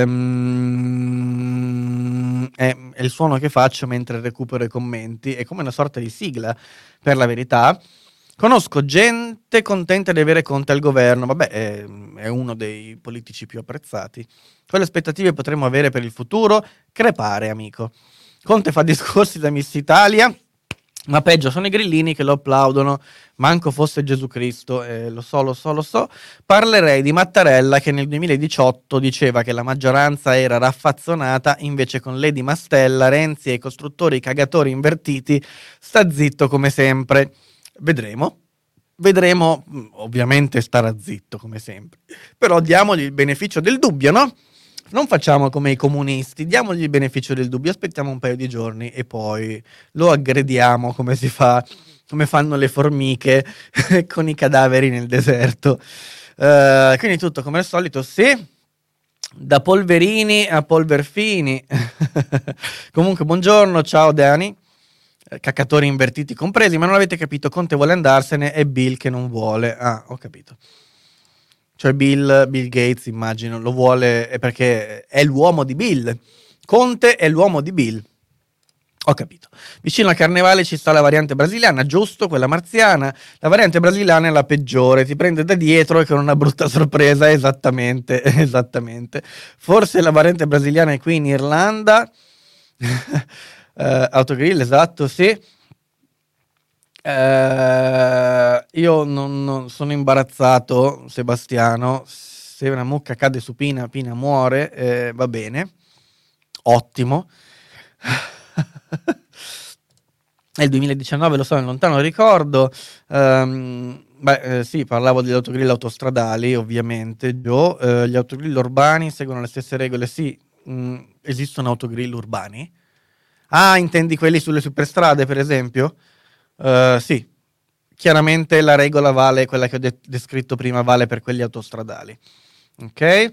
ehm, è, è il suono che faccio mentre recupero i commenti, è come una sorta di sigla, per la verità. Conosco gente contenta di avere Conte al governo, vabbè, è, è uno dei politici più apprezzati. Quali aspettative potremmo avere per il futuro? Crepare, amico. Conte fa discorsi da Miss Italia, ma peggio sono i grillini che lo applaudono, manco fosse Gesù Cristo, eh, lo so, lo so, lo so. Parlerei di Mattarella che nel duemiladiciotto diceva che la maggioranza era raffazzonata, invece con Lady Mastella, Renzi e i costruttori cagatori invertiti sta zitto come sempre. Vedremo. Vedremo, ovviamente starà zitto come sempre, però diamogli il beneficio del dubbio, no? Non facciamo come i comunisti, diamogli il beneficio del dubbio, aspettiamo un paio di giorni e poi lo aggrediamo come si fa, come fanno le formiche con i cadaveri nel deserto. Uh, quindi tutto come al solito, sì, da polverini a polverfini. Comunque buongiorno, ciao Dani, caccatori invertiti compresi, ma non avete capito, Conte vuole andarsene e Bill che non vuole. Ah, ho capito. Cioè Bill, Bill Gates, immagino, lo vuole perché è l'uomo di Bill. Conte è l'uomo di Bill. Ho capito. Vicino al carnevale ci sta la variante brasiliana, giusto, quella marziana. La variante brasiliana è la peggiore, ti prende da dietro e con una brutta sorpresa, esattamente, esattamente. Forse la variante brasiliana è qui in Irlanda. uh, autogrill, esatto, sì. Uh, io non, non sono imbarazzato, Sebastiano. Se una mucca cade su Pina, Pina muore, eh, va bene, ottimo. È il duemiladiciannove, lo so, è un lontano ricordo. Um, beh, eh, sì, parlavo degli autogrill autostradali, ovviamente. Joe, eh, gli autogrill urbani seguono le stesse regole. Sì, mh, esistono autogrill urbani? Ah, intendi quelli sulle superstrade, per esempio? Uh, sì, chiaramente la regola vale, quella che ho de- descritto prima, vale per quelli autostradali. Ok?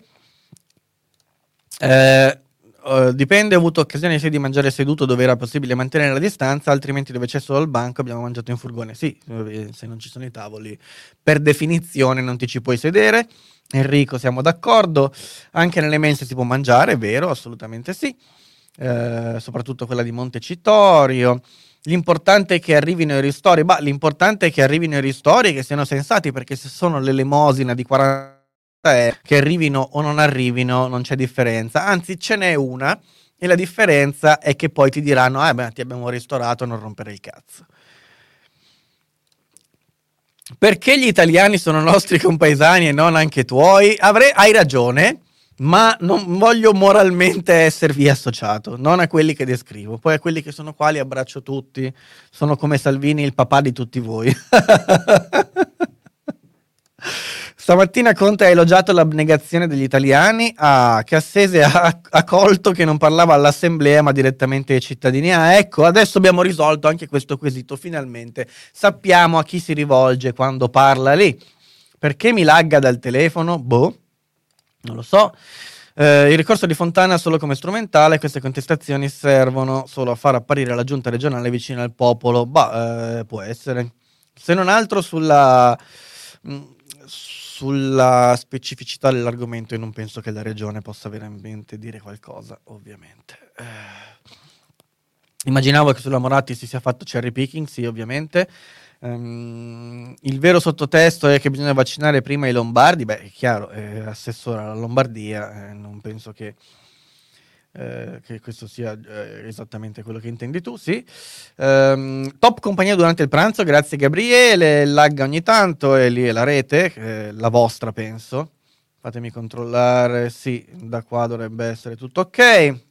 Eh, uh, dipende, ho avuto occasione sia di mangiare seduto dove era possibile mantenere la distanza, altrimenti dove c'è solo il banco abbiamo mangiato in furgone. Sì, se non ci sono i tavoli, per definizione non ti ci puoi sedere. Enrico, siamo d'accordo. Anche nelle mense si può mangiare, è vero, assolutamente sì. Eh, soprattutto quella di Montecitorio. L'importante è che arrivino i ristori. Bah, l'importante è che arrivino i ristori e che siano sensati, perché se sono l'elemosina di quaranta euro, che arrivino o non arrivino non c'è differenza, anzi ce n'è una, e la differenza è che poi ti diranno ah beh, ti abbiamo ristorato, non rompere il cazzo. Perché gli italiani sono nostri compaesani e non anche tuoi? Avrei, hai ragione, ma non voglio moralmente esservi associato, non a quelli che descrivo, poi a quelli che sono qua li abbraccio tutti, sono come Salvini il papà di tutti voi. Stamattina Conte ha elogiato l'abnegazione degli italiani, ah, Cassese ha, ha colto che non parlava all'assemblea ma direttamente ai cittadini. Ah, ecco, adesso abbiamo risolto anche questo quesito, finalmente sappiamo a chi si rivolge quando parla lì. Perché mi lagga dal telefono? Boh, non lo so. Eh, il ricorso di Fontana solo come strumentale, queste contestazioni servono solo a far apparire la giunta regionale vicina al popolo. Bah, eh, può essere. Se non altro sulla... Mh, sulla specificità dell'argomento io non penso che la regione possa veramente dire qualcosa, ovviamente. Eh, immaginavo che sulla Moratti si sia fatto cherry picking, sì, ovviamente. Um, il vero sottotesto è che bisogna vaccinare prima i lombardi. Beh, è chiaro, è assessore alla Lombardia, eh, non penso che Eh, che questo sia eh, esattamente quello che intendi tu, sì. Um, top compagnia durante il pranzo, grazie Gabriele, lagga ogni tanto e lì è la rete, eh, la vostra penso, fatemi controllare, sì, da qua dovrebbe essere tutto ok.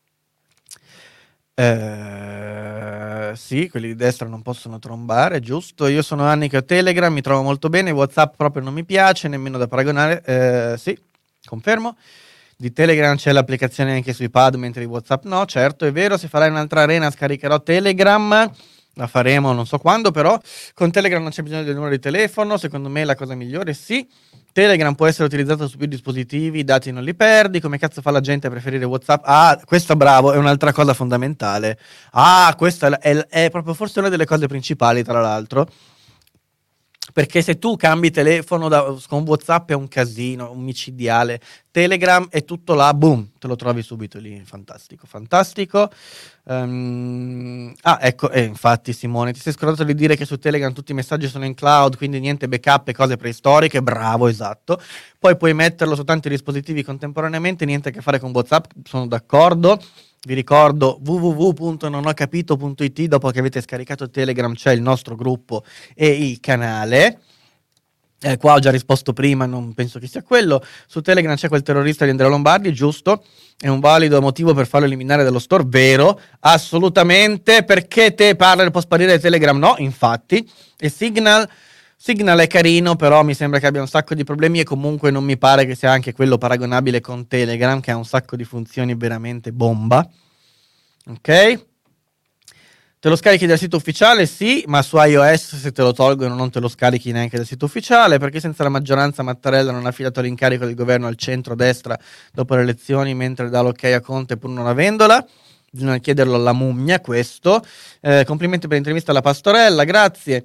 Eh, sì, quelli di destra non possono trombare, giusto. Io sono anni che ho Telegram, mi trovo molto bene, WhatsApp proprio non mi piace, nemmeno da paragonare, eh, sì, confermo. di Telegram c'è l'applicazione anche sui pad, mentre di WhatsApp no, certo, è vero. Se farai un'altra arena scaricherò Telegram, la faremo non so quando, però con Telegram non c'è bisogno del numero di telefono, secondo me è la cosa migliore, sì. Telegram può essere utilizzato su più dispositivi, i dati non li perdi. Come cazzo fa la gente a preferire WhatsApp? Ah, questo bravo, è un'altra cosa fondamentale. Ah, questa è, è proprio forse una delle cose principali, tra l'altro. Perché se tu cambi telefono da, con WhatsApp è un casino, un micidiale. Telegram è tutto là, boom, te lo trovi subito lì, fantastico, fantastico. Um, ah, ecco, eh, infatti Simone, ti sei scordato di dire che su Telegram tutti i messaggi sono in cloud, quindi niente backup e cose preistoriche, bravo, esatto. Poi puoi metterlo su tanti dispositivi contemporaneamente, niente a che fare con WhatsApp, sono d'accordo. Vi ricordo w w w punto non ho capito punto i t, dopo che avete scaricato Telegram c'è il nostro gruppo e il canale. Eh, qua ho già risposto prima, non penso che sia quello. Su Telegram c'è quel terrorista di Andrea Lombardi, giusto? È un valido motivo per farlo eliminare dallo store, vero? Assolutamente. Perché te parla può sparire Telegram? No, infatti. E Signal... Signal è carino, però mi sembra che abbia un sacco di problemi e comunque non mi pare che sia anche quello paragonabile con Telegram, che ha un sacco di funzioni veramente bomba. Ok? Te lo scarichi dal sito ufficiale? Sì, ma su iOS se te lo tolgono non te lo scarichi neanche dal sito ufficiale, perché senza la maggioranza Mattarella non ha affidato l'incarico del governo al centro-destra dopo le elezioni, mentre dà l'ok a Conte pur non avendola. Bisogna chiederlo alla mummia questo. Eh, complimenti per l'intervista alla Pastorella, grazie.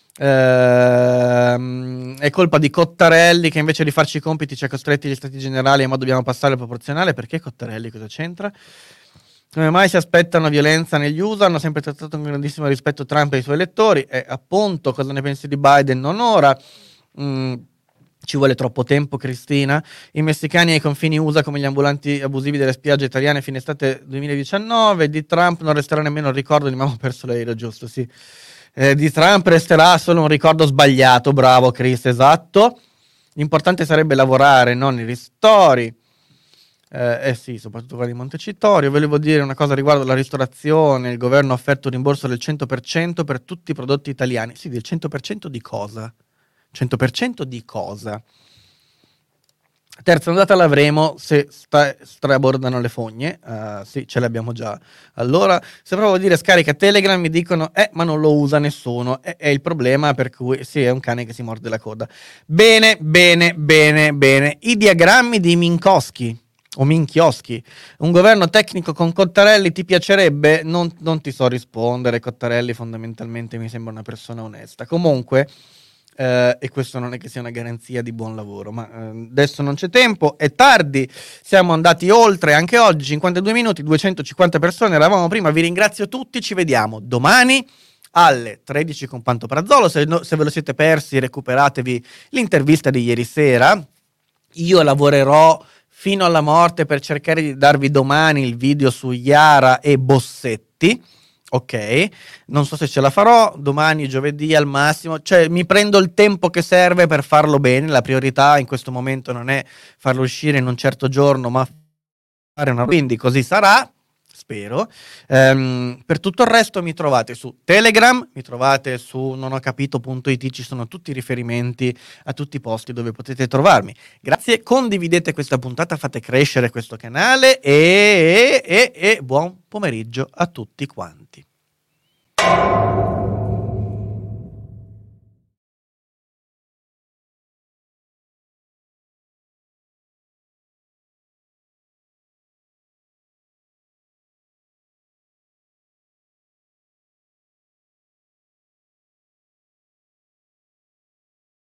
Uh, è colpa di Cottarelli che invece di farci i compiti ci ha costretti gli stati generali e ma dobbiamo passare al proporzionale. Perché Cottarelli cosa c'entra? Come mai si aspettano violenza negli U S A? Hanno sempre trattato con grandissimo rispetto Trump e i suoi elettori. E appunto, cosa ne pensi di Biden? Non ora. mm, Ci vuole troppo tempo, Cristina. I messicani ai confini U S A come gli ambulanti abusivi delle spiagge italiane fine estate duemiladiciannove. Di Trump non resterà nemmeno il ricordo di mamma ho perso l'aereo, giusto? Sì. Eh, di Trump resterà solo un ricordo sbagliato, bravo Chris, esatto. L'importante sarebbe lavorare, non i ristori. Eh, eh sì, soprattutto quelli di Montecitorio. Volevo dire una cosa riguardo la ristorazione. Il governo ha offerto un rimborso del cento per cento per tutti i prodotti italiani. Sì, del cento per cento di cosa? cento per cento di cosa? Terza ondata l'avremo se sta, strabordano le fogne. Uh, sì, ce le abbiamo già. Allora, se provo a dire scarica Telegram mi dicono eh, ma non lo usa nessuno. È, è il problema, per cui sì, è un cane che si morde la coda. Bene, bene, bene, bene. I diagrammi di Minkowski o Minchioschi. Un governo tecnico con Cottarelli ti piacerebbe? Non, non ti so rispondere. Cottarelli fondamentalmente mi sembra una persona onesta. Comunque... Uh, e questo non è che sia una garanzia di buon lavoro, ma uh, adesso non c'è tempo, è tardi, siamo andati oltre anche oggi, cinquantadue minuti, duecentocinquanta persone, eravamo prima, vi ringrazio tutti, ci vediamo domani alle tredici con Pantoprazolo, se, no, se ve lo siete persi recuperatevi l'intervista di ieri sera, io lavorerò fino alla morte per cercare di darvi domani il video su Iara e Bossetti. Ok, non so se ce la farò domani, giovedì al massimo, cioè mi prendo il tempo che serve per farlo bene. La priorità in questo momento non è farlo uscire in un certo giorno, ma fare una, quindi così sarà, spero. Um, per tutto il resto mi trovate su Telegram, mi trovate su non ho capito punto i t, ci sono tutti i riferimenti a tutti i posti dove potete trovarmi. Grazie, condividete questa puntata, fate crescere questo canale e, e, e, e buon pomeriggio a tutti quanti.